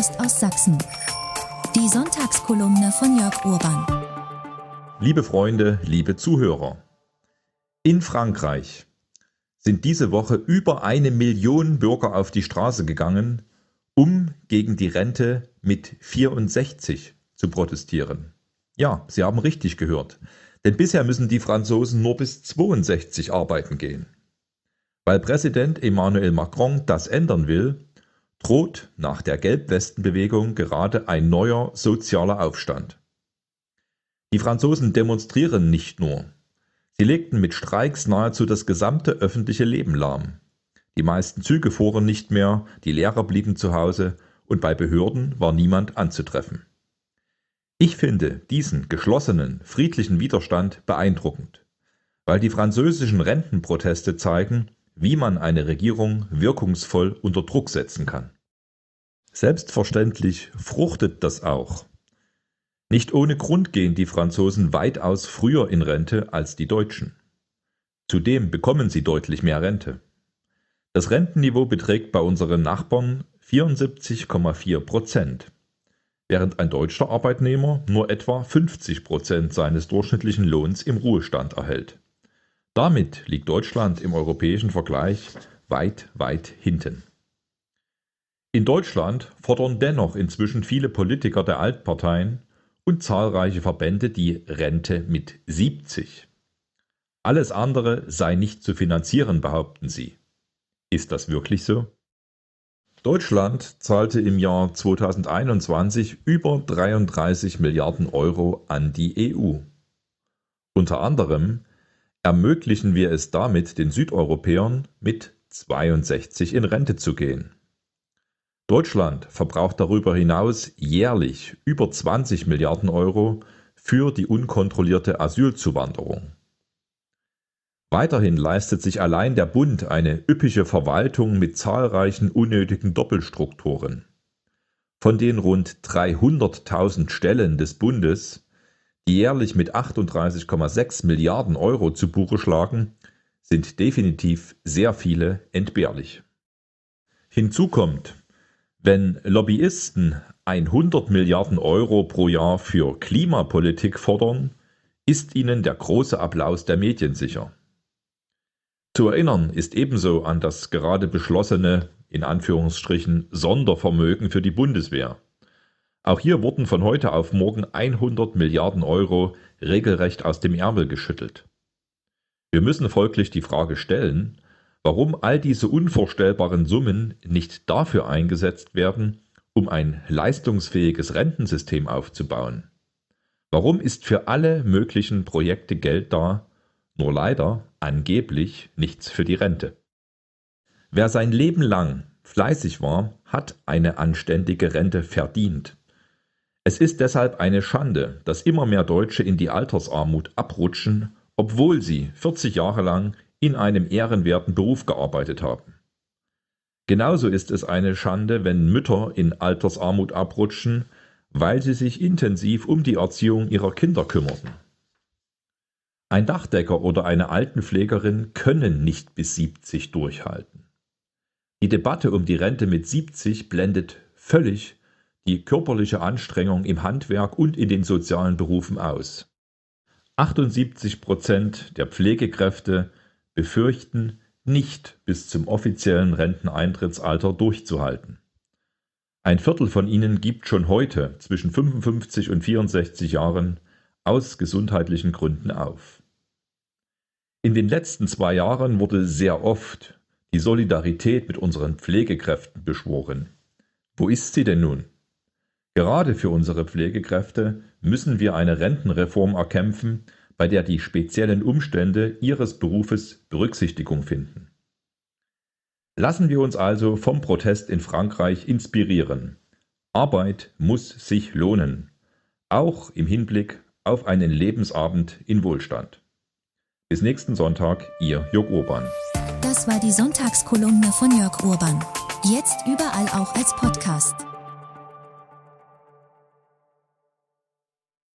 Podcast aus Sachsen. Die Sonntagskolumne von Jörg Urban. Liebe Freunde, liebe Zuhörer. In Frankreich sind diese Woche über 1 Million Bürger auf die Straße gegangen, um gegen die Rente mit 64 zu protestieren. Ja, Sie haben richtig gehört, denn bisher müssen die Franzosen nur bis 62 arbeiten gehen. Weil Präsident Emmanuel Macron das ändern will, droht nach der Gelbwestenbewegung gerade ein neuer sozialer Aufstand. Die Franzosen demonstrieren nicht nur. Sie legten mit Streiks nahezu das gesamte öffentliche Leben lahm. Die meisten Züge fuhren nicht mehr, die Lehrer blieben zu Hause und bei Behörden war niemand anzutreffen. Ich finde diesen geschlossenen, friedlichen Widerstand beeindruckend, weil die französischen Rentenproteste zeigen, wie man eine Regierung wirkungsvoll unter Druck setzen kann. Selbstverständlich fruchtet das auch. Nicht ohne Grund gehen die Franzosen weitaus früher in Rente als die Deutschen. Zudem bekommen sie deutlich mehr Rente. Das Rentenniveau beträgt bei unseren Nachbarn 74,4%, während ein deutscher Arbeitnehmer nur etwa 50% seines durchschnittlichen Lohns im Ruhestand erhält. Damit liegt Deutschland im europäischen Vergleich weit, weit hinten. In Deutschland fordern dennoch inzwischen viele Politiker der Altparteien und zahlreiche Verbände die Rente mit 70. Alles andere sei nicht zu finanzieren, behaupten sie. Ist das wirklich so? Deutschland zahlte im Jahr 2021 über 33 Milliarden Euro an die EU. Unter anderem ermöglichen wir es damit den Südeuropäern, mit 62 in Rente zu gehen. Deutschland verbraucht darüber hinaus jährlich über 20 Milliarden Euro für die unkontrollierte Asylzuwanderung. Weiterhin leistet sich allein der Bund eine üppige Verwaltung mit zahlreichen unnötigen Doppelstrukturen. Von den rund 300.000 Stellen des Bundes, die jährlich mit 38,6 Milliarden Euro zu Buche schlagen, sind definitiv sehr viele entbehrlich. Hinzu kommt, wenn Lobbyisten 100 Milliarden Euro pro Jahr für Klimapolitik fordern, ist ihnen der große Applaus der Medien sicher. Zu erinnern ist ebenso an das gerade beschlossene, in Anführungsstrichen, Sondervermögen für die Bundeswehr. Auch hier wurden von heute auf morgen 100 Milliarden Euro regelrecht aus dem Ärmel geschüttelt. Wir müssen folglich die Frage stellen, warum all diese unvorstellbaren Summen nicht dafür eingesetzt werden, um ein leistungsfähiges Rentensystem aufzubauen. Warum ist für alle möglichen Projekte Geld da, nur leider angeblich nichts für die Rente? Wer sein Leben lang fleißig war, hat eine anständige Rente verdient. Es ist deshalb eine Schande, dass immer mehr Deutsche in die Altersarmut abrutschen, obwohl sie 40 Jahre lang in einem ehrenwerten Beruf gearbeitet haben. Genauso ist es eine Schande, wenn Mütter in Altersarmut abrutschen, weil sie sich intensiv um die Erziehung ihrer Kinder kümmerten. Ein Dachdecker oder eine Altenpflegerin können nicht bis 70 durchhalten. Die Debatte um die Rente mit 70 blendet völlig die körperliche Anstrengung im Handwerk und in den sozialen Berufen aus. 78% der Pflegekräfte befürchten, nicht bis zum offiziellen Renteneintrittsalter durchzuhalten. Ein Viertel von ihnen gibt schon heute zwischen 55 und 64 Jahren aus gesundheitlichen Gründen auf. In den letzten 2 Jahren wurde sehr oft die Solidarität mit unseren Pflegekräften beschworen. Wo ist sie denn nun? Gerade für unsere Pflegekräfte müssen wir eine Rentenreform erkämpfen, bei der die speziellen Umstände ihres Berufes Berücksichtigung finden. Lassen wir uns also vom Protest in Frankreich inspirieren. Arbeit muss sich lohnen, auch im Hinblick auf einen Lebensabend in Wohlstand. Bis nächsten Sonntag, Ihr Jörg Urban. Das war die Sonntagskolumne von Jörg Urban. Jetzt überall auch als Podcast.